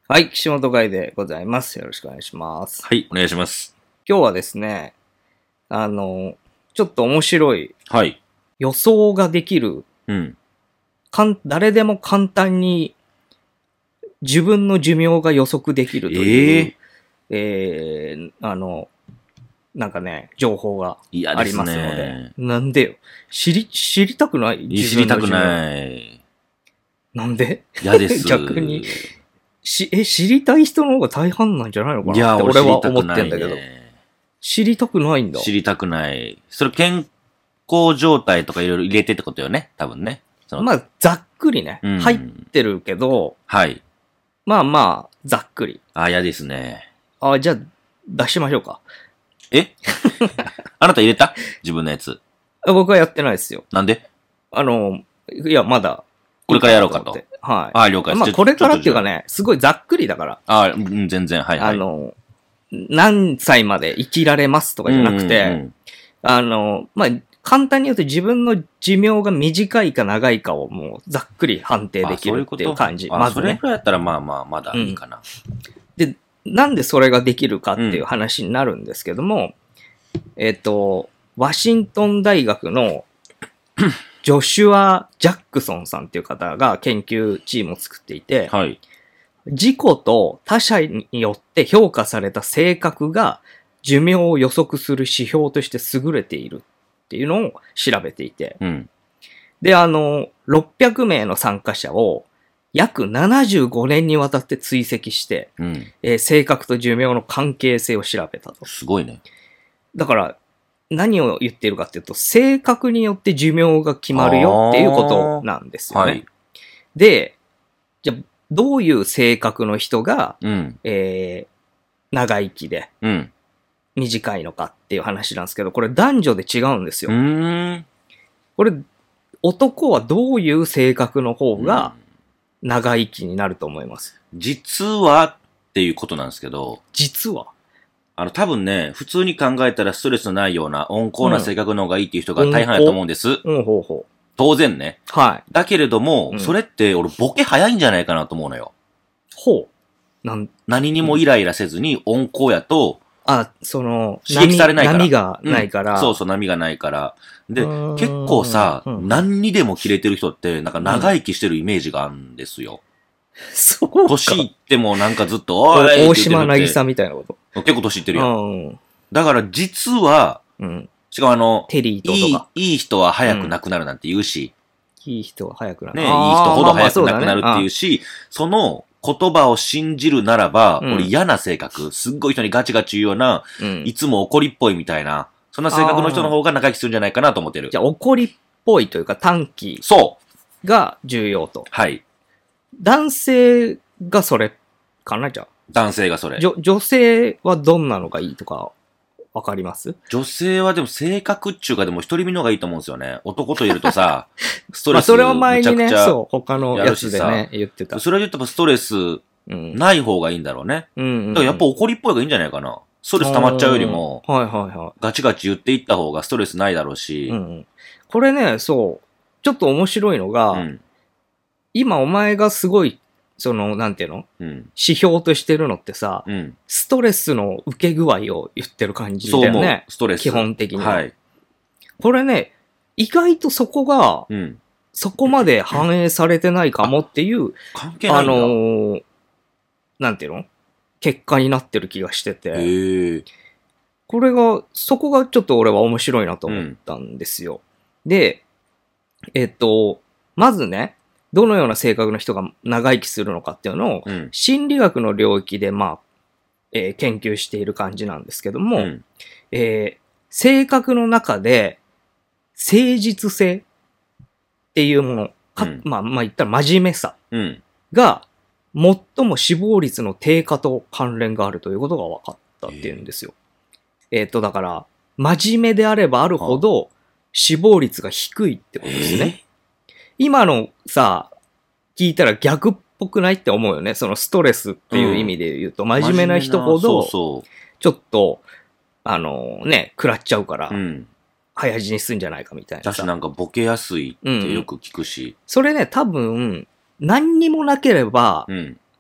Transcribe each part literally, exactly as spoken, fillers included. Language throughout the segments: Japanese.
はい、岸本会でございます。よろしくお願いします。 はい、お願いします。 今日はですね、あの、ちょっと面白いはい。 予想ができる、 うん。 かん誰でも簡単に自分の寿命が予測できるという、えー、あの、なんかね、情報がありますので。なんでよ。知り、知りたくない知りたくない。 なんで嫌です。 逆に。し、え、知りたい人の方が大半なんじゃないのかなっていや、 俺は思ってんだけど。 知りたくないんだ。 知りたくない。それ健康状態とかいろいろ入れてってことよね。多分ね。 まあ、ざっくりね、うん。入ってるけど。 はい。 まあまあ、ざっくり。 あ、嫌ですね。 あ、じゃあ、出しましょうか。 えあなた入れた自分のやつ。 僕はやってないですよ。 なんであの、いや、まだ。 これからやろうかと。はい。 ああ、了解です。 まあ、これからっていうかね、すごいざっくりだから。 あ、うん、全然、はいはい。 あの、何歳まで生きられますとかじゃなくて、うんうんうん、あの、まあ、簡単に言うと自分の寿命が短いか長いかをもうざっくり判定できるっていう感じ。 まずね。それくらいやったらまあまあ、まだいいかな、 うん。で、なんでそれができるかっていう話になるんですけども、うん、えっと、ワシントン大学のジョシュア・ジャックソンさんっていう方が研究チームを作っていて、 はい、 自己と他者によって評価された性格が寿命を予測する指標として優れているっていうのを調べていて、 うん、 で、あの、ろっぴゃくめいの参加者を約ななじゅうごねんにわたって追跡して、 うんえー、性格と寿命の関係性を調べたと。 すごいね。 だから、何を言っているかっていうと、性格によって寿命が決まるよっていうことなんですよね。はい、で、じゃあ、どういう性格の人が、 うんえー、長生きで、 うん、 短いのかっていう話なんですけど、これ男女で違うんですよ。 うーんこれ、男はどういう性格の方が長生きになると思います？ 実はっていうことなんですけど。 実はあの、多分ね、普通に考えたらストレスのないような温厚な性格の方がいいっていう人が大半だと思うんです。 うん、ほうほう。 当然ね。 はい。 だけれども、うん、それって俺ボケ早いんじゃないかなと思うのよ。 ほう。なん、 何にもイライラせずに温厚やと、 あ、その、 刺激されないから。 波がないから、 うん。そうそう、波がないから。で、結構さ、うん、何にでも切れてる人って、なんか長生きしてるイメージがあるんですよ。 そうか。 年いってもなんかずっと、おい大島渚みたいなこと。 結構年いってるやん。だから実は、うん、しかもあの、 テリーとかいい、いい人は早く亡くなるなんて言うし、 うん、いい人は早くなる。 ね、いい人ほど早く亡くなるっていうし、その言葉を信じるならば、うん、俺嫌な性格、すっごい人にガチガチ言うような、うん、いつも怒りっぽいみたいな、そんな性格の人の方が長生きするんじゃないかなと思ってる。 じゃあ怒りっぽいというか短気が重要と。 はい。 男性がそれかなじゃあ。 男性がそれ。 女性はどんなのがいいとかわかります？ 女性はでも性格っちゅうかでも一人身の方がいいと思うんですよね。男といるとさ、ストレスまあそれは前にね、そう、他のやつでね、言ってた。 それは言ったらストレスない方がいいんだろうね。うん、だからやっぱ怒りっぽい方がいいんじゃないかな。ストレス溜まっちゃうよりも、 はいはいはい。 ガチガチ言っていった方がストレスないだろうし。 うん、これね、そう、ちょっと面白いのが、うん、今お前がすごい、その、なんていうの、うん、指標としてるのってさ、うん、ストレスの受け具合を言ってる感じだよね。 ストレス。 基本的には。 はい。 これね、意外とそこが、うん、そこまで反映されてないかもっていう、 関係ないんだ。 あのー、なんていうの結果になってる気がしてて。 へー。 これが、そこがちょっと俺は面白いなと思ったんですよ。うん、で、えっと、まずね、どのような性格の人が長生きするのかっていうのを、うん、心理学の領域で、まあ、えー、研究している感じなんですけども、うん、えー、性格の中で、誠実性っていうもの、かうん、まあ、まあ言ったら真面目さが、最も死亡率の低下と関連があるということが分かったっていうんですよ。えっと、だから、真面目であればあるほど、死亡率が低いってことですね。今のさ、聞いたら逆っぽくないって思うよね。そのストレスっていう意味で言うと、うん、真面目な人ほど、そうそうちょっと、あのね、食らっちゃうから、うん、早死にするんじゃないかみたいなさ。 私なんかボケやすいってよく聞くし。うん、 それね、多分、何にもなければ、うん、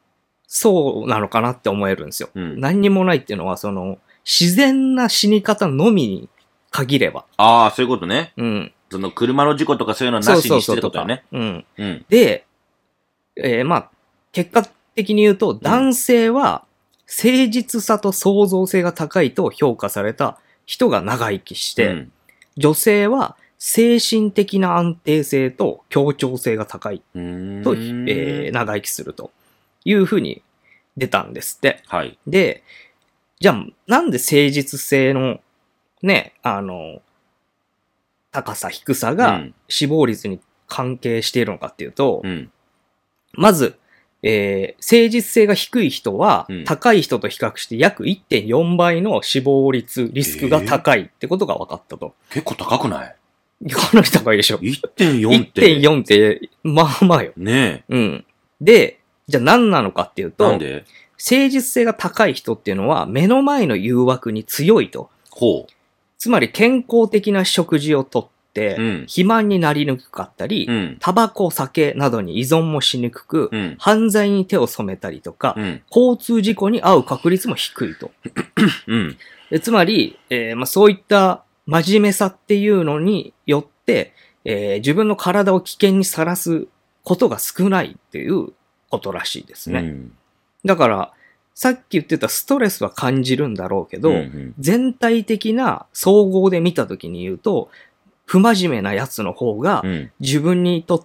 そうなのかなって思えるんですよ。 うん、 何にもないっていうのは、その、自然な死に方のみに限れば。 ああ、そういうことね。 うん。 その車の事故とかそういうのなしにしてることだよね。 うん。 うん。 で、えー、まあ、結果的に言うと、男性は誠実さと創造性が高いと評価された人が長生きして、うん、女性は精神的な安定性と協調性が高いと、えー、長生きするというふうに出たんですって。 はい。 で、じゃあ、なんで誠実性のね、あの、高さ、低さが死亡率に関係しているのかっていうと、うん、まず、えー、誠実性が低い人は、うん、高い人と比較して約 いってんよん 倍の死亡率、リスクが高いってことが分かったと。 えー、結構高くない？ かなり高いでしょ。 いってんよん って。 いってんよん って、まあまあよ。 ねえ。うん。で、じゃあ何なのかっていうと、 なんで？ 誠実性が高い人っていうのは、目の前の誘惑に強いと。 ほう。 つまり健康的な食事をとって、うん、肥満になりにくかったり、うん、タバコ、酒などに依存もしにくく、うん、犯罪に手を染めたりとか、うん、交通事故に遭う確率も低いと。うん、でつまり、えーまあ、そういった真面目さっていうのによって、えー、自分の体を危険にさらすことが少ないっていうことらしいですね。うん、だから、さっき言ってたストレスは感じるんだろうけど、うんうん、全体的な総合で見たときに言うと、不真面目なやつの方が、自分にとって、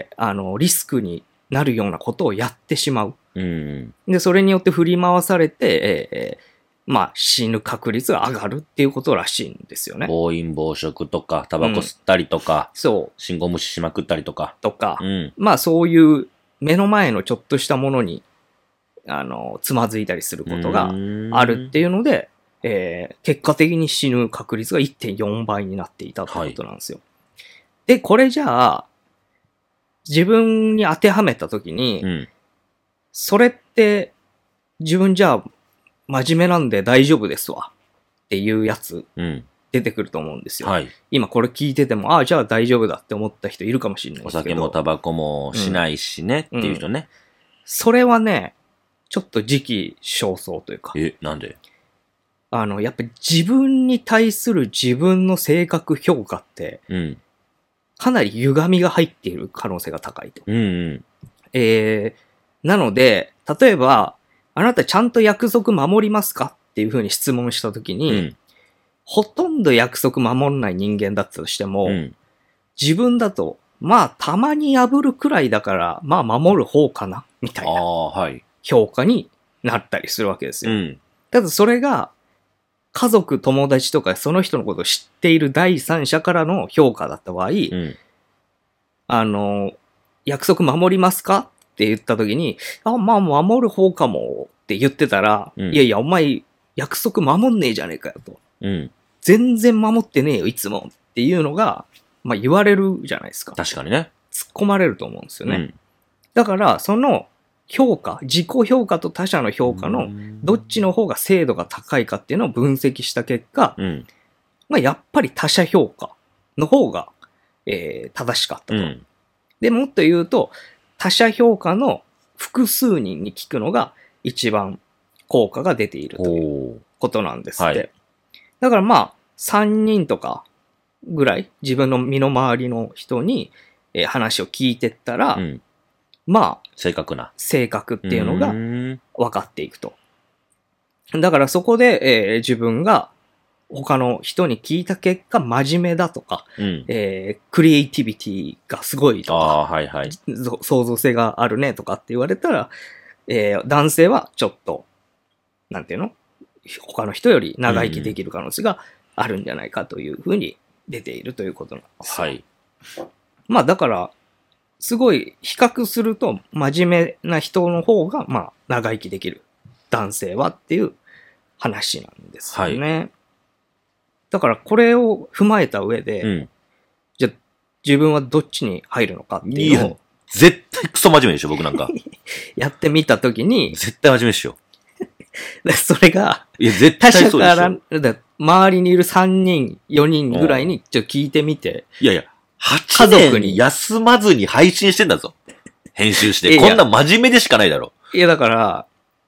あの、リスクになるようなことをやってしまう。うん、で、それによって振り回されて、えー、まあ、死ぬ確率が上がるっていうことらしいんですよね。 暴飲暴食とか、タバコ吸ったりとか、うん、 そう。 信号無視しまくったりとか。 とか、うん、まあそういう目の前のちょっとしたものに、あの、つまずいたりすることがあるっていうので、えー、結果的に死ぬ確率が いってんよん 倍になっていたってことなんですよ。はい、で、これじゃあ、自分に当てはめたときに、うん、それって自分じゃあ真面目なんで大丈夫ですわっていうやつ、出てくると思うんですよ。はい、今これ聞いてても、ああ、じゃあ大丈夫だって思った人いるかもしれないですけど。 お酒もタバコもしないしね、うん、っていう人ね、うん。 それはね、ちょっと時期尚早というか。 え、なんで？ あの、やっぱり自分に対する自分の性格評価って、うん、かなり歪みが入っている可能性が高いと。うんうん、えー、なので、例えば、あなたちゃんと約束守りますかっていうふうに質問したときに、うん、ほとんど約束守んない人間だったとしても、うん、自分だと、まあ、たまに破るくらいだから、まあ、守る方かな、みたいな。はい。評価になったりするわけですよ。うん、ただそれが家族、友達とかその人のことを知っている第三者からの評価だった場合、うん、あの、約束守りますかって言った時に、あ、まあ守る方かもって言ってたら、うん、いやいや、お前約束守んねえじゃねえかよと。うん、全然守ってねえよ、いつもっていうのが、まあ言われるじゃないですか。 確かにね。 突っ込まれると思うんですよね。うん、だから、その、評価、自己評価と他者の評価のどっちの方が精度が高いかっていうのを分析した結果、うん、まあやっぱり他者評価の方が、えー、正しかったと、うん。で、もっと言うと、他者評価の複数人に聞くのが一番効果が出ているということなんですって。はい、だからまあさんにんとかぐらい自分の身の回りの人に、えー、話を聞いてったら、うんまあ、 正確な。 正確っていうのが分かっていくと。だからそこで、えー、自分が他の人に聞いた結果、真面目だとか、うんえー、クリエイティビティがすごいとか、 あ、はいはい、 創造性があるねとかって言われたら、えー、男性はちょっと、なんていうの？他の人より長生きできる可能性があるんじゃないかというふうに出ているということなんです。はい。まあだから、すごい比較すると真面目な人の方がまあ長生きできる男性はっていう話なんですよね。はい、だからこれを踏まえた上で、うん、じゃあ自分はどっちに入るのかっていうのを。いや、 絶対クソ真面目でしょ、僕なんか。 やってみたときに。 絶対真面目でしょ。 それが、 いや、絶対そうでしょ。他者から、周りにいるさんにん、よにんぐらいにちょっと聞いてみて。 いやいや。はちねんに休まずに配信してんだぞ。編集して。いやいやこんな真面目でしかないだろ。 いや、だから、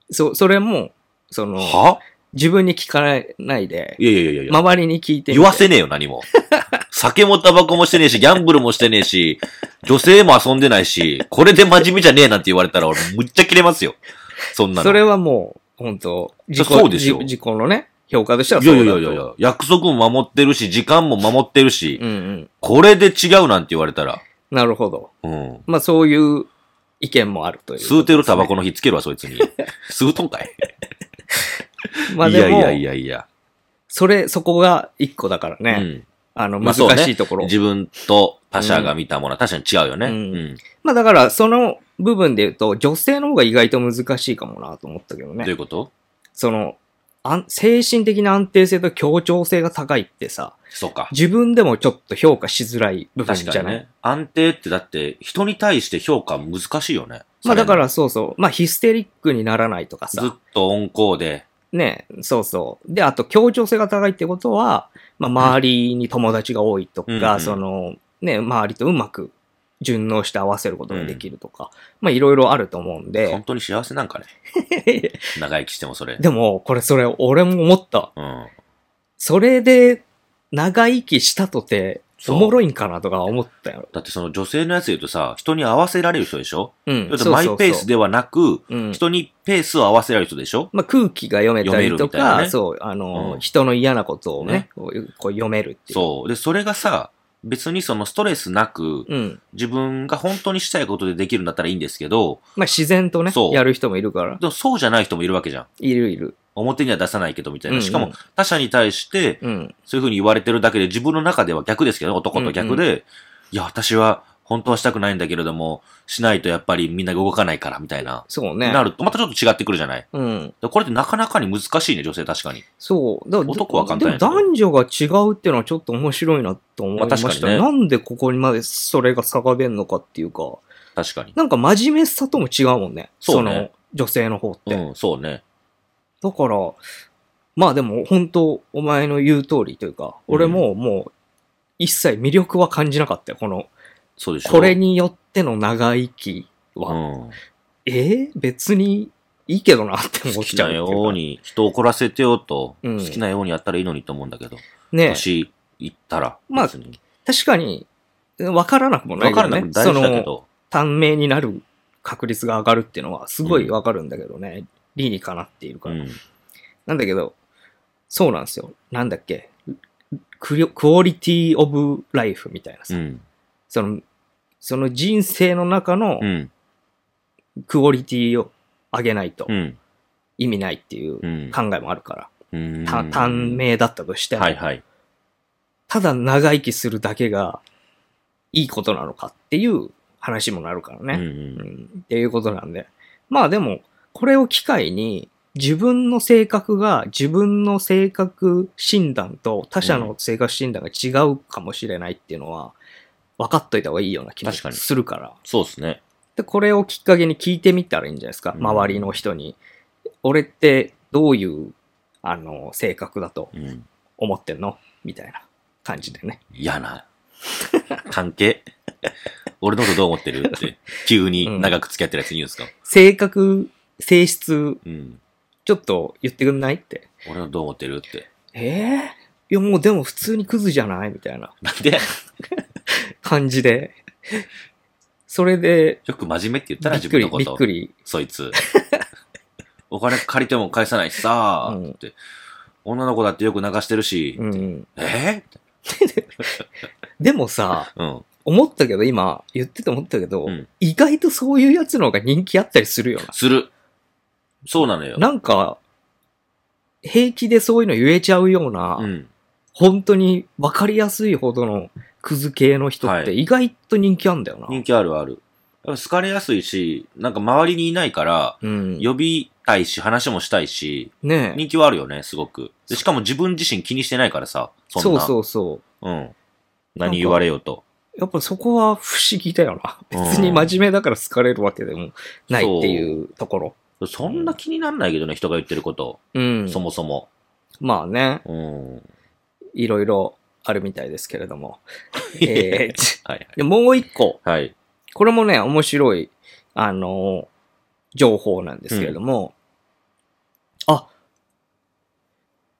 そ、それも、その、 は自分に聞かないで、 いやいやいやいや。 周りに聞いてみて。 言わせねえよ、何も。酒もタバコもしてねえし、ギャンブルもしてねえし、女性も遊んでないし、これで真面目じゃねえなんて言われたら俺むっちゃキレますよ。そんなの。 それはもう、本当自己、 そうですよ自己のね、評価としてはいやそうだと。 いやいやいや、約束も守ってるし、時間も守ってるし、 うんうん。 これで違うなんて言われたら、 なるほど。 うん。 まあそういう意見もあるという、 吸うてるタバコの火つけるわ、そいつに。吸うとんかい。 まあでも、 いやいやいやいや。 それ、そこが一個だからね。 うんあの、難まあそうねしいところ。 自分と他者が見たものは確かに違うよね。 ううんん。 まあだから、その部分で言うと、女性の方が意外と難しいかもなと思ったけどどういね。 うことその、あん精神的な安定性と協調性が高いってさ、 そうか。 自分でもちょっと評価しづらい部分じゃない、 確かにね。安定ってだって人に対して評価難しいよね。 まあだからそうそう。まあヒステリックにならないとかずっさ。 と温厚で。 ね、そうそう。で、あと協調性が高いってことは、まあ周りに友達が多いとか、 うんうんその、ね、周りとうまく順応して合わせることができるとか、まあいろいろあると思うんで本。当に幸せなんかね。長生きしてもそれ。 でも、これそれ俺も思った。 うん。 それで長生きしたとて、 そうおもろいんかなとか思ったよ。 だってその女性のやつ言うとさ、人に合わせられる人でしょうん。 だってマイペースではなく、 うん。 人にペースを合わせられる人でしょまあ、空気が読めたりとか、 読めるみたいなねそう、あの、 うん人の嫌なことをね、 ねこうこう読めるっていう。 そう。で、それがさ、別にそのストレスなく、 うん。 自分が本当にしたいことでできるんだったらいいんですけど、 まあ、自然とねそ、うやる人もいるから。 でもそうじゃない人もいるわけじゃん。 いるいる。 表には出さないけどみたいな。 うんうんしかも他者に対して、 うん。 そういう風に言われてるだけで自分の中では逆ですけど、男と逆で、いや、私は本当はしたくないんだけれども、しないとやっぱりみんなが動かないからみたいな。 そうね。 なると、またちょっと違ってくるじゃない。 うん。 でこれってなかなかに難しいね、女性確かに。 そう。だから男は簡単やけどでも男女が違うっていうのはちょっと面白いなと思いました。 まあ確かにねなんでここにまでそれが差が出んのかっていうか、 確かに。 なんか真面目さとも違うもんね。 そうねの女性の方って。 うん、そうね。 だから、まあでも本当お前の言う通りというか、俺ももう一切魅力は感じなかったよ。この、 そうでしょ。 これによっての長生きは。 うん。 えー別にいいけどなって思好きなっちゃうっていうか。 ように、人を怒らせてよと、 うん好きなようにやったらいいのにと思うんだけど、 ね年いったら、 まあ別に。 確かに、わからなくもないわけどね。 からなく大事だけその、 ど、 短命になる確率が上がるっていうのはすごいわかるんだけどね。理にかなっているから。 うん。 なんだけど、そうなんですよ。なんだっけ。クリクオリティオブライフみたいなさ。 うん。 その、その人生の中のうん。 クオリティを上げないとうん。 意味ないっていううん。 考えもあるから。 うんた短命だったとしても、 はいはい。 ただ長生きするだけがいいことなのかっていう話もなるからね。 うんうんうんっていうことなんで。まあでも、これを機会に自分の性格が自分の性格診断と他者の性格診断が違うかもしれないっていうのは分かっといた方がいいような気も確かにするから。 そうですね。 で、これをきっかけに聞いてみたらいいんじゃないですか。 うん周りの人に。俺ってどういう、あの、性格だとうん。 思ってんのみたいな感じでね。 嫌な関係俺のことどう思ってるって、急に長く付き合ってるやつに言うんですか、 性格、性質、 うん、 ちょっと言ってくんないって。 俺のどう思ってるって。 ええいやもうでも普通にクズじゃないみたいななんで感じで。それで、 よく真面目って言ったらびっくり、 自分のこと。 びっくり。 そいつ。お金借りても返さないしさ、 うんって。女の子だってよく流してるし、 うん。 えでもさ、 ー、うん。 思ったけど、今、言ってて思ったけど、 うん意外とそういうやつの方が人気あったりするよする。そうなのよ。 な。なんか、平気でそういうの言えちゃうような、 うん。 本当に分かりやすいほどのクズ系の人っはいて意外と人気あんだよな。 人気あるある。やっぱ好かれやすいし、なんか周りにいないから、 うん。 呼びたいし、話もしたいし、 ねえ。 人気はあるよね、すごく。でしかも自分自身気にしてないからさ、そんな。 そうそうそう。 うん。何言われようと。 やっぱそこは不思議だよな。別に真面目だから好かれるわけでもないっていうところ。 そんな気になんないけどね、人が言ってること。 うん。 そもそも。 まあね、 うん。 いろいろあるみたいですけれども。えーはい。 でもう一個、 はい。 これもね、面白い、あの、情報なんですけれども、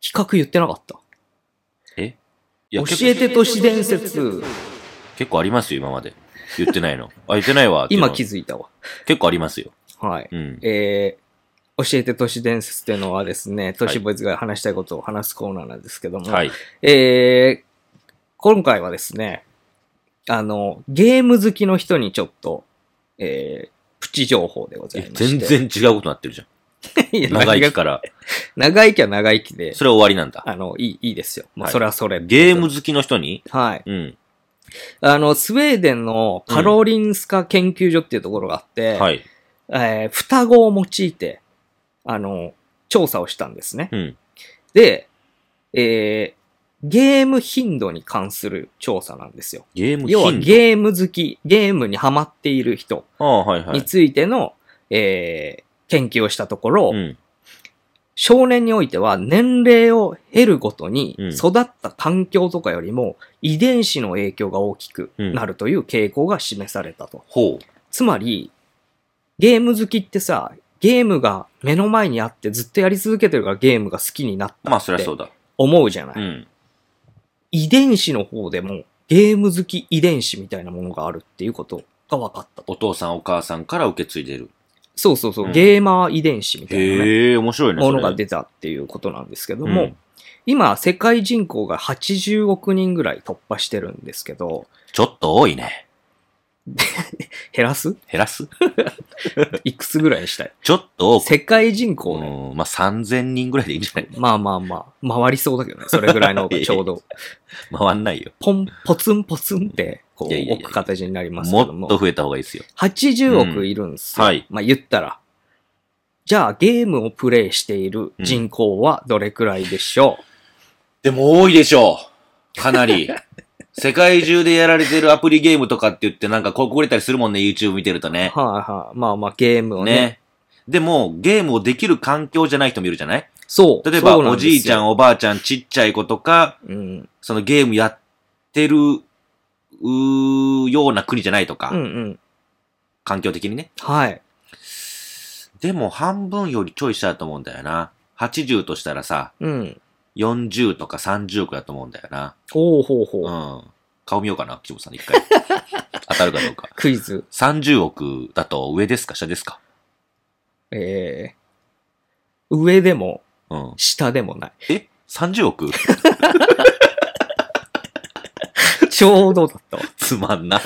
企画言ってなかった。 え教えて都市伝説。 結構ありますよ、今まで。言ってないの。あ、言ってないわ。 今気づいたわ。 結構ありますよ。 はい。 うん、 えー、教えて都市伝説っていうのはですね、都市ボーイズが話したいことを話すコーナーなんですけども、 はい。 えー、今回はですね、あの、ゲーム好きの人にちょっと、えー、プチ情報でございまして。 全然違うことになってるじゃん。いや長生きから。 長生きは長生きで。 それは終わりなんだ。 あの、いい、いいですよ。まあ、それはそれ、はい。 ゲーム好きの人にはい。 うん。 あの、スウェーデンのカロリンスカ研究所っていうところがあって、うん、はい。えー、双子を用いて、あの、調査をしたんですね。 うん。 で、えー、ゲーム頻度に関する調査なんですよ。 ゲーム頻度？ 要はゲーム好き、ゲームにハマっている人についての、はいはい、えー、研究をしたところ、うん、少年においては年齢を経るごとに育った環境とかよりも遺伝子の影響が大きくなるという傾向が示されたと。 うん、 つまり、ゲーム好きってさ、ゲームが目の前にあってずっとやり続けてるからゲームが好きになったって思うじゃない。 まあ、そりゃそうだ。うん、 遺伝子の方でもゲーム好き遺伝子みたいなものがあるっていうことが分かった。 お父さんお母さんから受け継いでる。 そうそうそう、うん、ゲーマー遺伝子みたいな、ね、 へー、面白いね、 ものが出たっていうことなんですけども、うん、今、世界人口がはちじゅうおくにんぐらい突破してるんですけど。 ちょっと多いね。 減らす減らすいくつぐらいにしたい？ ちょっと多く。 世界人口ね。 まあ、さんぜんにんぐらいでいいんじゃない？ まあまあまあ、回りそうだけどね。それぐらいのちょうど。 回んないよ。 ポン、ポツンポツンって、こう、いやいやいや置く形になりますけども。 もっと増えた方がいいですよ。 はちじゅうおくいるんですよ。うん、はい。まあ言ったら。じゃあ、ゲームをプレイしている人口はどれくらいでしょう？うん、 でも多いでしょう。かなり。世界中でやられてるアプリゲームとかって言ってなんか広告売れたりするもんね、YouTube 見てるとね。 はいはい。まあまあゲームをね。ね。 でも、ゲームをできる環境じゃない人もいるじゃない？ そう。 例えば、おじいちゃん、おばあちゃん、ちっちゃい子とか、うん、そのゲームやってる、うーような国じゃないとか。 うんうん。 環境的にね。 はい。 でも、半分よりちょいしただと思うんだよな。はちじゅうとしたらさ、 うん。 よんじゅうとかさんじゅうおくだと思うんだよな。 ほうほうほう。 うん。顔見ようかな、岸本さんに一回。当たるかどうか。 クイズ。 さんじゅうおくだと上ですか下ですか？ ええー、上でも、 うん、 下でもない。 え ?さんじゅうおくちょうどだったわ。 つまんな。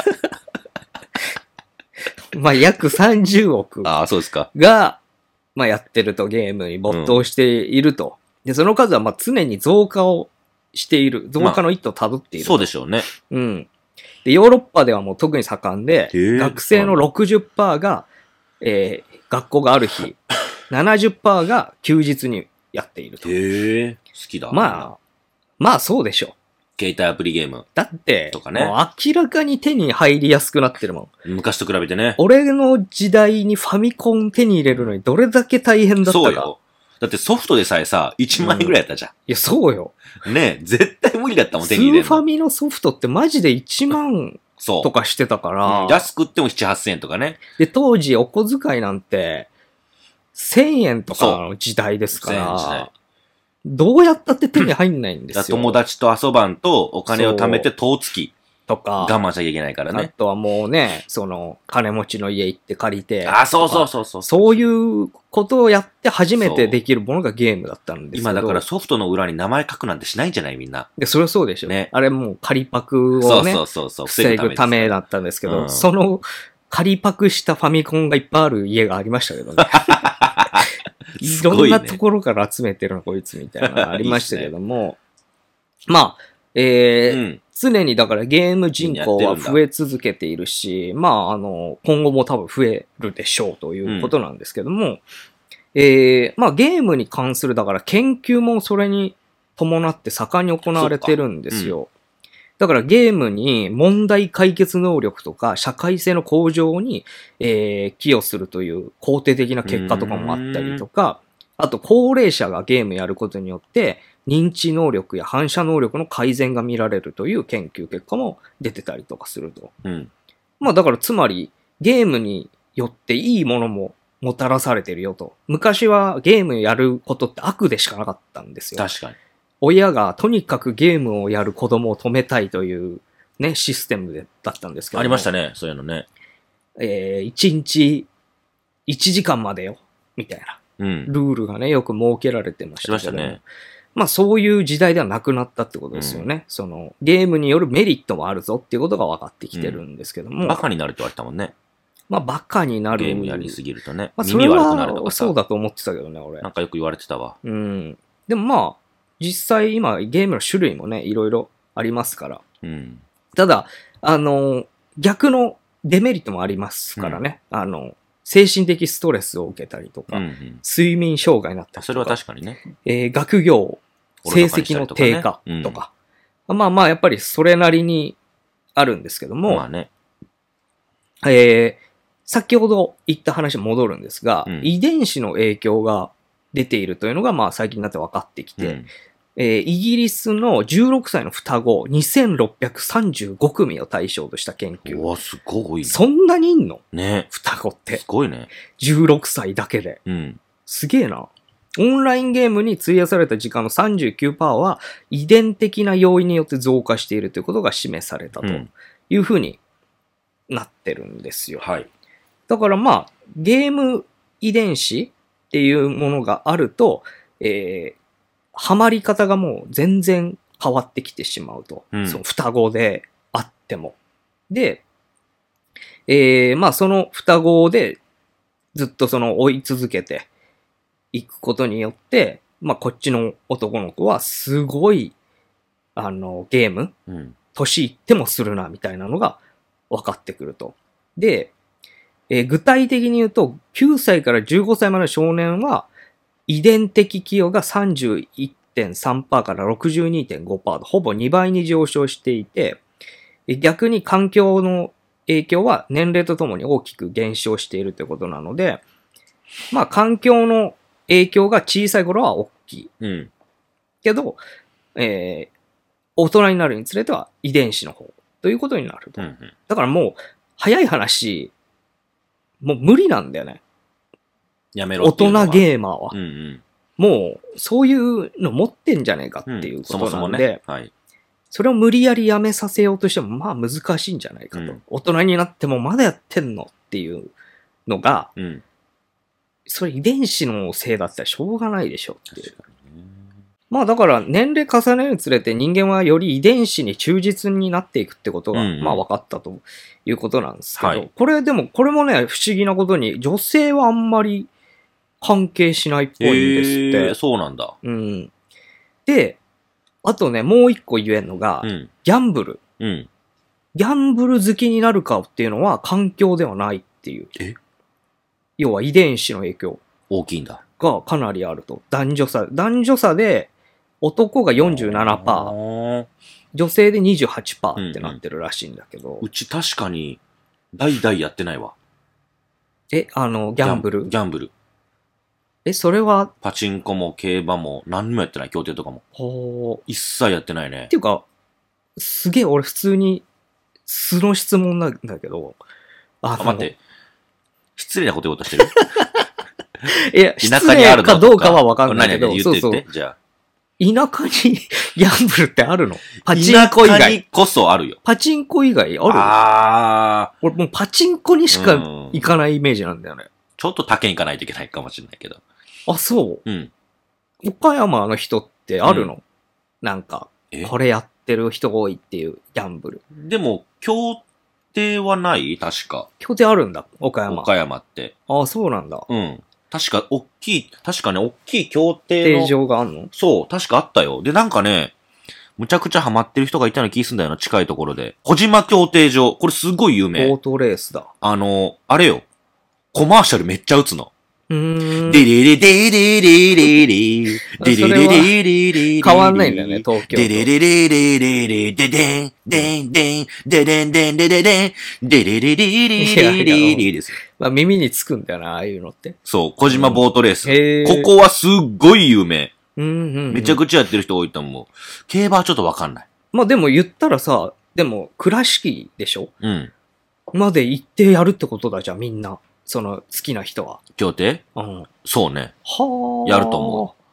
まあ、約さんじゅうおく。 ああ、そうですか。 が、まあ、やってるとゲームに没頭していると。うん、で、その数はまあ常に増加をしている。増加の一途を辿っている、 まあ。そうでしょうね。 うん。で、ヨーロッパではもう特に盛んで、学生の ろくじゅっパーセント が、えー、学校がある日、ななじゅっパーセント が休日にやっていると。 へえ、好きだ。 まあ、まあそうでしょう。 携帯アプリゲーム。 だって、 とかね。 もう明らかに手に入りやすくなってるもん。昔と比べてね。 俺の時代にファミコン手に入れるのにどれだけ大変だったか。 そうよ。だってソフトでさえさ、いちまん円ぐらいやったじゃん。うん、 いや、そうよ。 ねえ、絶対無理だったもん、手に入れるの。 スーファミのソフトってマジでいちまんとかしてたから。 うん、安くってもなな、はっせんえんとかね。 で、当時お小遣いなんてせんえんとかの時代ですから。せんえん時代。どうやったって手に入んないんですよ。 友達と遊ばんとお金を貯めて遠月とか。 我慢しなきゃいけないからね。 あとはもうね、その、金持ちの家行って借りて。 あ、そうそうそうそう。 そういうことをやって初めてできるものがゲームだったんですけど。 今だからソフトの裏に名前書くなんてしないんじゃないみんな。 で、それはそうでしょ。ね。あれもう仮パクをね、そうそうそう防ぐためだったんですけど、うん、その仮パクしたファミコンがいっぱいある家がありましたけどね。いろんなところから集めてるのこいつみたいなのがありましたけども。いいまあ、えー、うん、常にだからゲーム人口は増え続けているし、まあ、あの、今後も多分増えるでしょうということなんですけども、うん、えー、まあゲームに関するだから研究もそれに伴って盛んに行われてるんですよ。だからゲームに問題解決能力とか社会性の向上に、えー、寄与するという肯定的な結果とかもあったりとか、あと高齢者がゲームやることによって認知能力や反射能力の改善が見られるという研究結果も出てたりとかすると。 うん、 まあだからつまりゲームによっていいものももたらされてるよと。昔はゲームやることって悪でしかなかったんですよ。 確かに。 親がとにかくゲームをやる子供を止めたいというね、システムでだったんですけど。 ありましたね、そういうのね。 えー、いちにちいちじかんまでよ、みたいな。 うん。 ルールがね、よく設けられてましたけど。 しましたね。 まあそういう時代ではなくなったってことですよね。うん、その、ゲームによるメリットもあるぞっていうことが分かってきてるんですけども。うん、 バカになるって言われたもんね。 まあバカになる。 ゲームやりすぎるとね。 まあそれは耳悪くなるとかさ。そうだと思ってたけどね、俺。 なんかよく言われてたわ。 うん。でもまあ、実際今ゲームの種類もね、いろいろありますから。 うん。 ただ、あの、逆のデメリットもありますからね。うん、あの、精神的ストレスを受けたりとか、うんうん、睡眠障害になったりとか。 それは確かにね。 えー、学業、成績の低下とか。ねうん、まあまあ、やっぱりそれなりにあるんですけども、 まあね。 えー、先ほど言った話に戻るんですが、うん、遺伝子の影響が出ているというのが、まあ最近になって分かってきて、うんえー、イギリスのじゅうろくさいの双子にせんろっぴゃくさんじゅうごくみを対象とした研究。 うわ、すごい。 そんなにいんのね。 双子って。 すごいね。 じゅうろくさいだけで。 うん。 すげえな。オンラインゲームに費やされた時間の さんじゅうきゅうパーセント は遺伝的な要因によって増加しているということが示されたというふうになってるんですよ。 うん、はい。 だからまあ、ゲーム遺伝子っていうものがあると、えー、ハマり方がもう全然変わってきてしまうと。うん、その双子であっても。で、えー、まあその双子でずっとその追い続けていくことによって、まあこっちの男の子はすごい、あの、ゲーム、うん、年いってもするなみたいなのが分かってくると。で、えー、具体的に言うと、きゅうさいからじゅうごさいまでの少年は、遺伝的寄与が さんじゅういってんさんパーセント から ろくじゅうにてんごパーセント、ほぼにばいに上昇していて、逆に環境の影響は年齢とともに大きく減少しているということなので、まあ環境の影響が小さい頃は大きい。 うん、 けど、えー、大人になるにつれては遺伝子の方ということになると。 うんうん、 だからもう、早い話、もう無理なんだよね。 やめろっていうのは。 大人ゲーマーは。 うんうん、 もう、そういうの持ってんじゃねえかっていうことなんで、うん、そもそもね、 はい、 それを無理やりやめさせようとしても、まあ難しいんじゃないかと。うん、大人になってもまだやってんのっていうのが、 うん、 それ遺伝子のせいだったらしょうがないでしょっていう。まあだから年齢重ねるにつれて人間はより遺伝子に忠実になっていくってことが、まあ分かったということなんですけど、はい、これでも、これもね、不思議なことに女性はあんまり関係しないっぽいんですって。 えー、そうなんだ。 うん。で、あとね、もう一個言えるのが、うん、ギャンブル、 うん。 ギャンブル好きになるかっていうのは環境ではないっていう。 え？ 要は遺伝子の影響。 大きいんだ。 がかなりあると。男女差。男女差で、男が よんじゅうななパーセント、女性で にじゅうはちパーセント ってなってるらしいんだけど。うんうん、 うち確かに、代々やってないわ。 え、あの、ギャンブル？ ギャンブル。 え、それはパチンコも競馬も何もやってない。競艇とかも。 ほ一切やってないね。 っていうか、すげえ俺普通に、素の質問なんだけど。 あ、あ待って。失礼なこと言おうとしてるいや、失礼かどうかは分かんないけど、 何々言って言って、そうそうじゃあ。 田舎にギャンブルってあるの？パチンコ以外。 田舎にこそあるよ。 パチンコ以外ある？ ああ。 俺もうパチンコにしか行かないイメージなんだよね。 ちょっと他県行かないといけないかもしれないけど。 あ、そう。 うん。 岡山の人ってあるの？うん、なんか、これやってる人多いっていうギャンブル。 でも、競艇はない確か。 競艇あるんだ、岡山。 岡山って。 ああ、そうなんだ。 うん。確か、大きい、確かね、大きい競艇の。 艇場があんの？ そう、確かあったよ。で、なんかね、むちゃくちゃハマってる人がいたような気すんだよな、近いところで。小島競艇場。これすごい有名。 ボートレースだ。 あの、あれよ。コマーシャルめっちゃ打つの。 うーん。 デレレデレレレレデレレレレレ変わんないんだよね、東京と。 デレレレレレレデデン、デンデン、デデンデンデデデン、デレレレレレレレですよ。 まあ耳につくんだよな、ああいうのって。 そう、小島ボートレース。 へー。 ここはすっごい有名。 うんうんうん。 めちゃくちゃやってる人多いと思う。競馬はちょっとわかんない。 まあでも言ったらさ、でも倉敷でしょ？ うん。 まで行ってやるってことだじゃん、みんな。その好きな人は。 競艇？ うん。 そうね。 はあ。 やると思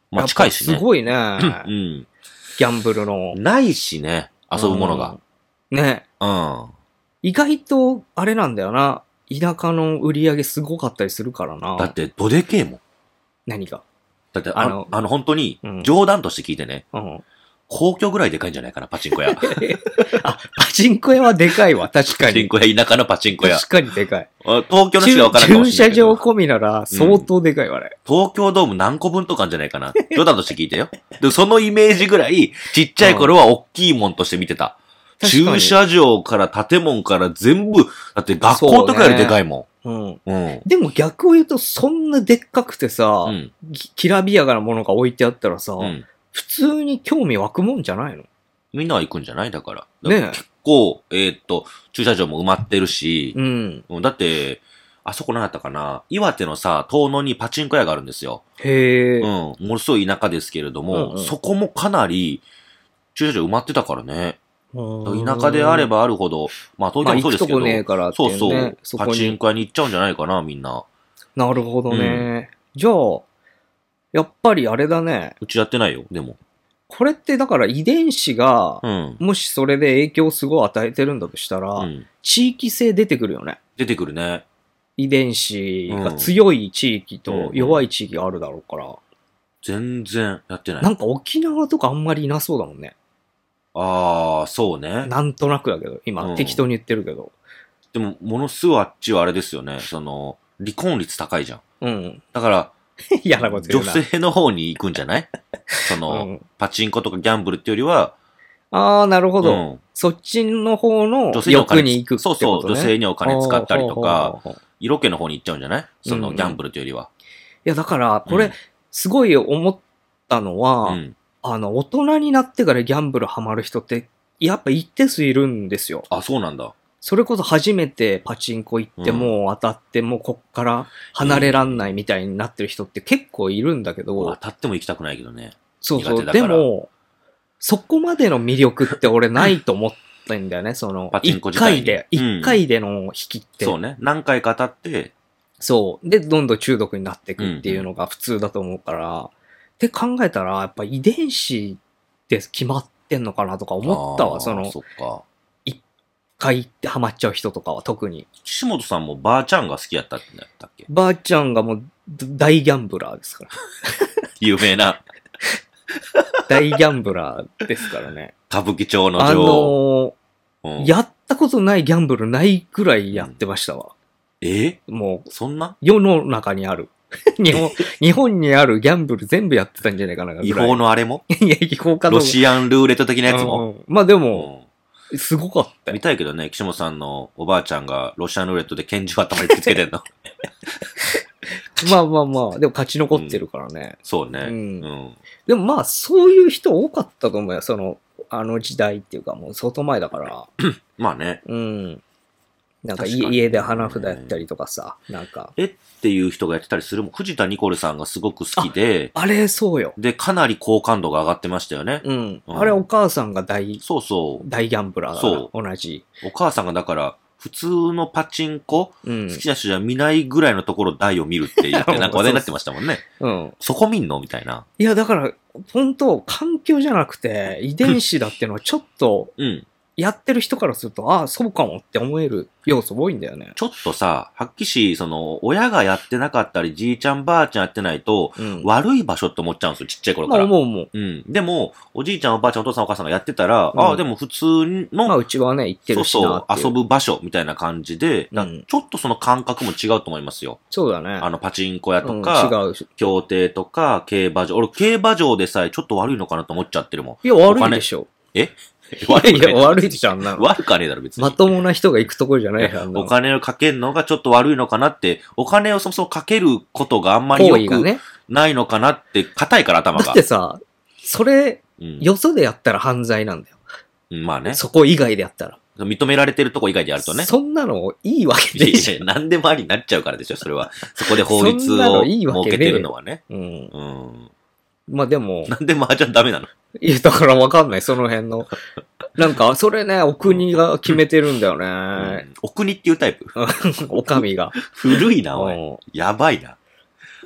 まあ近いしね。 すごいね。 うん。 ギャンブルの。 ないしね、遊ぶものが。 うん、ね。 うん。 意外と、あれなんだよな。田舎の売り上げすごかったりするからな。 だって、どでけえもん。 何がだって、あの、あの本当に、冗談として聞いてね。うん。皇居ぐらいでかいんじゃないかな、パチンコ屋。 あ、パチンコ屋はでかいわ、確かに。 パチンコ屋、田舎のパチンコ屋。 確かにでかい。 東京の人が分からんかもしれない。 駐車場込みなら相当でかいわね、 うん。東京ドーム何個分とかあるんじゃないかな。冗談として聞いてよ。でそのイメージぐらい、ちっちゃい頃は大きいもんとして見てた。駐車場から建物から全部、だって学校とかよりでかいもん。 うん。うん。でも逆を言うと、そんなでっかくてさ、うん、きらびやかなものが置いてあったらさ、うん、普通に興味湧くもんじゃないの？ みんなは行くんじゃないだから。だから結構、ね、えー、っと、駐車場も埋まってるし、うん。だって、あそこ何だったかな、岩手のさ、遠野にパチンコ屋があるんですよ。 へー。うん。ものすごい田舎ですけれども、うんうん、そこもかなり、駐車場埋まってたからね。田舎であればあるほど、まあ東京もそうですけど、まあ、 ねえからっていうね、 そうそう、そパチンコ屋に行っちゃうんじゃないかな、みんな。 なるほどね。うん、じゃあ、やっぱりあれだね。 うちやってないよ、でも。 これってだから遺伝子が、うん、もしそれで影響をすごい与えてるんだとしたら、うん、地域性出てくるよね。 出てくるね。 遺伝子が強い地域と弱い地域があるだろうから。 全然やってない。 なんか沖縄とかあんまりいなそうだもんね。 ああ、そうね。 なんとなくだけど、今、うん、適当に言ってるけど。 でも、ものすごいあっちはあれですよね。その、離婚率高いじゃん。うん。だから、 嫌なこと言うな。女性の方に行くんじゃないその、うん、パチンコとかギャンブルってよりは、 ああ、なるほど、うん。そっちの方の欲に行くってことね。 そうそう、女性にお金使ったりとか、色気の方に行っちゃうんじゃないそのギャンブルというよりは。うん、いや、だから、これ、すごい思ったのは、うん、あの、大人になってからギャンブルハマる人って、やっぱ一定数いるんですよ。 あ、そうなんだ。 それこそ初めてパチンコ行ってもう当たってもうこっから離れらんないみたいになってる人って結構いるんだけど。 当たっても行きたくないけどね。 そうそう。でも、そこまでの魅力って俺ないと思ったんだよね。その、 パチンコ自体に。 一回で、一回での引きって、 うん。そうね。何回か当たって。 そう。で、どんどん中毒になっていくっていうのが普通だと思うから、うんうん、って考えたら、やっぱ遺伝子って決まってんのかなとか思ったわ。その、 そっか。 一回ってハマっちゃう人とかは特に。 岸本さんもばあちゃんが好きやったって言ったっけ？ ばあちゃんがもう大ギャンブラーですから。 有名な。 大ギャンブラーですからね。 歌舞伎町の女王。 あのーうん、やったことないギャンブルないくらいやってましたわ。 うん、えもう、 そんな世の中にある。日本、日本にあるギャンブル全部やってたんじゃないかな。 違法のあれもいや、違法かどうか。 ロシアンルーレット的なやつも。 うん、まあでも、うんすごかった見たいけどね、岸本さんのおばあちゃんがロシアンルーレットで拳銃頭に突きつけてんの。 まあまあまあ、でも勝ち残ってるからね。 うん、そうね、うん。うん。 でもまあ、そういう人多かったと思うよ。その、あの時代っていうか、もう相当前だから。 まあね。 うん。なんか家で花札やったりとかさ、なんか。 えっていう人がやってたりするもん。藤田ニコルさんがすごく好きで。 あ, あれ、そうよ。 で、かなり好感度が上がってましたよね。 うん。うん、あれ、お母さんが大、 そうそう。 大ギャンブラーだから。そう。同じ。 お母さんがだから、普通のパチンコ、うん、好きな人じゃ見ないぐらいのところ大を見るって言って、なんか話題になってましたもんね。うん。そこ見んのみたいな。 いや、だから、本当環境じゃなくて、遺伝子だっていうのはちょっと、うん。やってる人からすると、ああ、そうかもって思える要素多いんだよね。 ちょっとさ、はっきし、その、親がやってなかったり、じいちゃんばあちゃんやってないと、うん、悪い場所って思っちゃうんですよ、ちっちゃい頃から。 思う思う。 うん。でも、おじいちゃん、おばあちゃん、お父さん、お母さんがやってたら、うん、ああ、でも普通の、 まあ、うちはね、行ってるしなそうそう、遊ぶ場所みたいな感じで、うん、ちょっとその感覚も違うと思いますよ。 そうだね。 あの、パチンコ屋とか、 うん、違う。 競艇とか、競馬場。俺、競馬場でさえちょっと悪いのかなと思っちゃってるもん。 いや、悪いでしょ。 え悪いいや、悪いでしょ、あんなの。 悪かねえだろ、別に。 まともな人が行くところじゃないよ、あんなお金をかけるのがちょっと悪いのかなって、お金をそもそもかけることがあんまり良くないのかなって、硬いから頭が。 だってさ、それ、うん、よそでやったら犯罪なんだよ。 うん、まあね。 そこ以外でやったら。 認められてるとこ以外でやるとね。 そんなのいいわけでしょ。 何でもありになっちゃうからでしょ、それは。そこで法律を設けてるのはね。うん。うん。 まあでも。 なんで麻雀ダメなの？ いや、だからわかんない、その辺の。なんか、それね、お国が決めてるんだよね。うん、 お国っていうタイプ？ お上が。 古いな、おい。やばいな。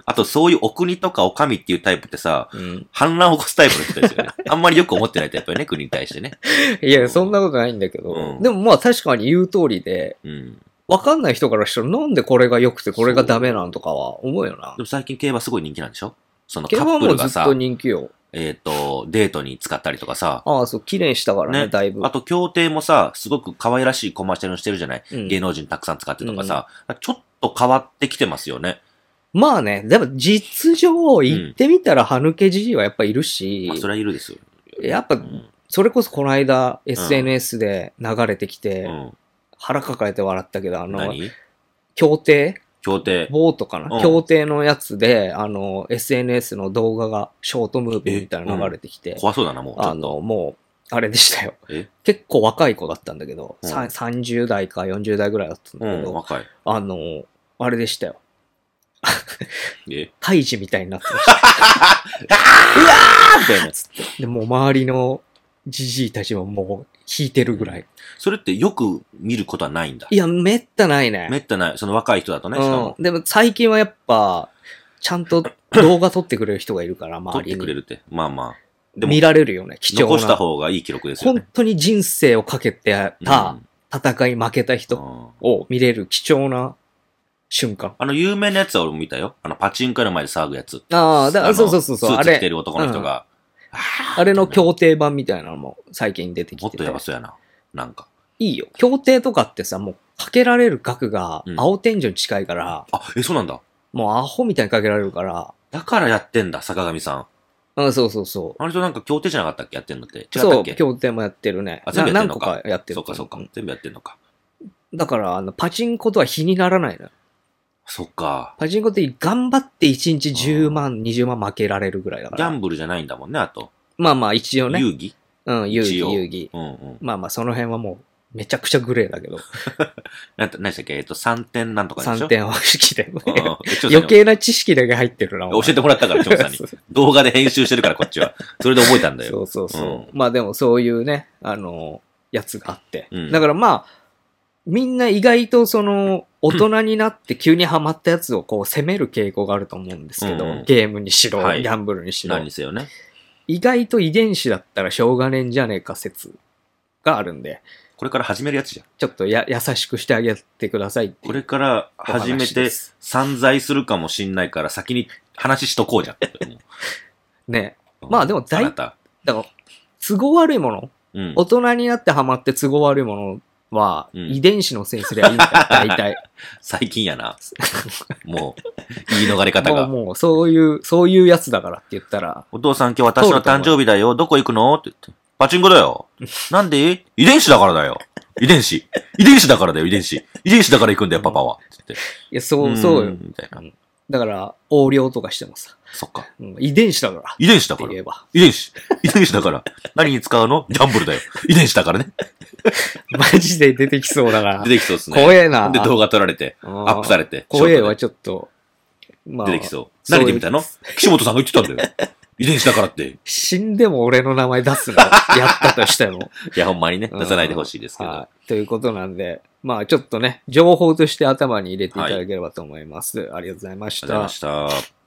あとそういうお国とかお上っていうタイプってさ、 うん、 反乱を起こすタイプの人ですよね。あんまりよく思ってないタイプよね、国に対してね。 いや、そんなことないんだけど、うん、でもまあ確かに言う通りで、うん、わかんない人からしたらなんでこれが良くてこれがダメなんとかは思うよな。 でも最近競馬すごい人気なんでしょ？そのカップルがさ、 競馬もずっと人気よ。 えっ、ー、と、デートに使ったりとかさ。 ああ、そう、綺麗にしたからね、ねだいぶ。 あと、競艇もさ、すごく可愛らしいコマーシャルにしてるじゃない、うん、芸能人たくさん使ってとかさ、うん、ちょっと変わってきてますよね。 まあね、でも実情言ってみたら、歯抜けじじいはやっぱいるし。 まあ、それはいるですよ。 やっぱ、うん、それこそこの間、エスエヌエス で流れてきて、うん、腹抱えて笑ったけど、あの、 何？ 競艇競艇。 ボートかな、うん、競艇のやつで、あの、エスエヌエス の動画が、ショートムービーみたいなの流れてきて。 うん、怖そうだな、もう。 あの、もう、あれでしたよ。結構若い子だったんだけど、うん、さんじゅう代かよんじゅう代ぐらいだったんだけど、 うん、若い。 あの、あれでしたよ。 えカイジみたいになってました。うわーみたいなつって。で、もう周りのジジイたちももう引いてるぐらい。 それってよく見ることはないんだ。 いや、めったないね。 めったない。その若い人だとね、しかも。 うん。でも最近はやっぱ、ちゃんと動画撮ってくれる人がいるから、周りに。 撮ってくれるって。まあまあ。 でも見られるよね、貴重な。 残した方がいい記録ですよね。 本当に人生をかけてた、戦い負けた人を見れる貴重な瞬間。 あの、有名なやつは俺も見たよ。あの、パチンコの前で騒ぐやつ。 ああ、だからそうそうそうそう。 スーツ着てる男の人が。 あれの競艇版みたいなのも最近出てきてて。 もっとやばそうやな。なんか。 いいよ。競艇とかってさ、もうかけられる額が青天井に近いから。 うん、あ、え、そうなんだ。 もうアホみたいにかけられるから。 だからやってんだ、坂上さん。 うん、そうそうそう。 あの人なんか競艇じゃなかったっけやってんのって。違ったっけ？ そう、競艇もやってるね。 あ、全部やってんのか。 何個かやってる。 そうかそうか。うん、全部やってんのか。 だから、あの、パチンコとは比にならないのよ。 そっか。 パチンコって頑張っていちにちじゅうまん、にじゅうまん負けられるぐらいだから。 ギャンブルじゃないんだもんね、あと。 まあまあ、一応ね。 遊戯？ うん、遊戯、遊戯。うんうん。まあまあ、その辺はもう、めちゃくちゃグレーだけど。 なん何でしたっけえっと、さんてんなんとかでしょ ?さん点方式で。余計な知識だけ入ってるな。 教えてもらったから、調査に。動画で編集してるから、こっちは。それで覚えたんだよ。 そうそうそう。うん、まあでも、そういうね、あの、やつがあって。うん、だからまあ、みんな意外とその、大人になって急にハマったやつをこう攻める傾向があると思うんですけど、うん、ゲームにしろ、はい、ギャンブルにしろ。 何にせよね。 意外と遺伝子だったらしょうがねえんじゃねえか説があるんで。 これから始めるやつじゃん。 ちょっとや優しくしてあげてくださいっていう。 これから始めて散財するかもしんないから先に話しとこうじゃん。 ねえ。まあでも大、だから都合悪いもの、うん、大人になってハマって都合悪いものは、うん、遺伝子のせいにすりゃいいんだよ、大体。 最近やな。もう、言い逃れ方が。 もう、もう、そういう、そういうやつだからって言ったら。 お父さん今日私の誕生日だよ。どこ行くのって言って。パチンコだよ。なんで遺伝子だからだよ。遺伝子。遺伝子だからだよ、遺伝子。遺伝子だから行くんだよ、パパは。って言って。いや、そう、そうよ。みたいな。だから、横領とかしてもさ。 そっか。 うん、遺伝子だから。 遺伝子だから。遺伝子。遺伝子だから。何に使うの？ギャンブルだよ。遺伝子だからね。 マジで出てきそうだから。 出てきそうっすね。 怖えな。 で、動画撮られて、アップされて。 怖えはちょっと。 まあ、出てきそう。何で見たの？岸本さんが言ってたんだよ。遺伝子だからって。 死んでも俺の名前出すの。やったとしても。 いや、ほんまにね、出さないでほしいですけど、 はい。ということなんで、まあちょっとね、情報として頭に入れていただければと思います。はい、ありがとうございました。 ありがとうございました。